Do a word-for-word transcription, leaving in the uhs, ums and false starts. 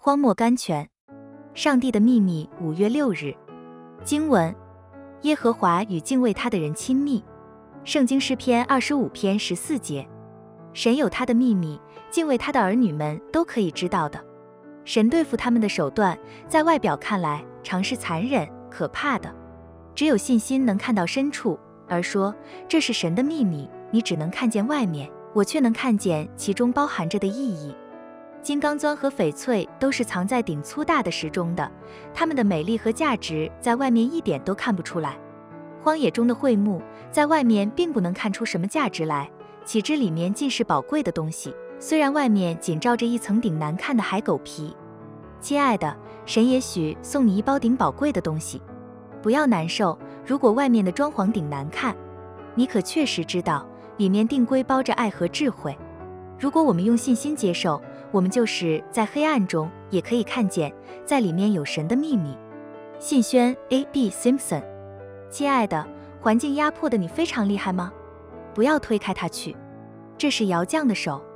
荒漠甘泉。上帝的秘密，五月六日。经文：耶和华与敬畏他的人亲密。圣经诗篇二十五篇十四节。神有他的秘密，敬畏他的儿女们都可以知道的。神对付他们的手段，在外表看来常是残忍可怕的，只有信心能看到深处，而说这是神的秘密，你只能看见外面，我却能看见其中包含着的意义。金刚钻和翡翠都是藏在顶粗大的石中的，它们的美丽和价值在外面一点都看不出来。荒野中的桧木，在外面并不能看出什么价值来，岂知里面尽是宝贵的东西，虽然外面仅罩着一层顶难看的海狗皮。亲爱的，神也许送你一包顶宝贵的东西，不要难受，如果外面的装潢顶难看，你可确实知道里面定规包着爱和智慧。如果我们用信心接受，我们就是在黑暗中也可以看见，在里面有神的秘密。信宣 A B Simpson。 亲爱的，环境压迫的你非常厉害吗？不要推开它去，这是窑匠的手。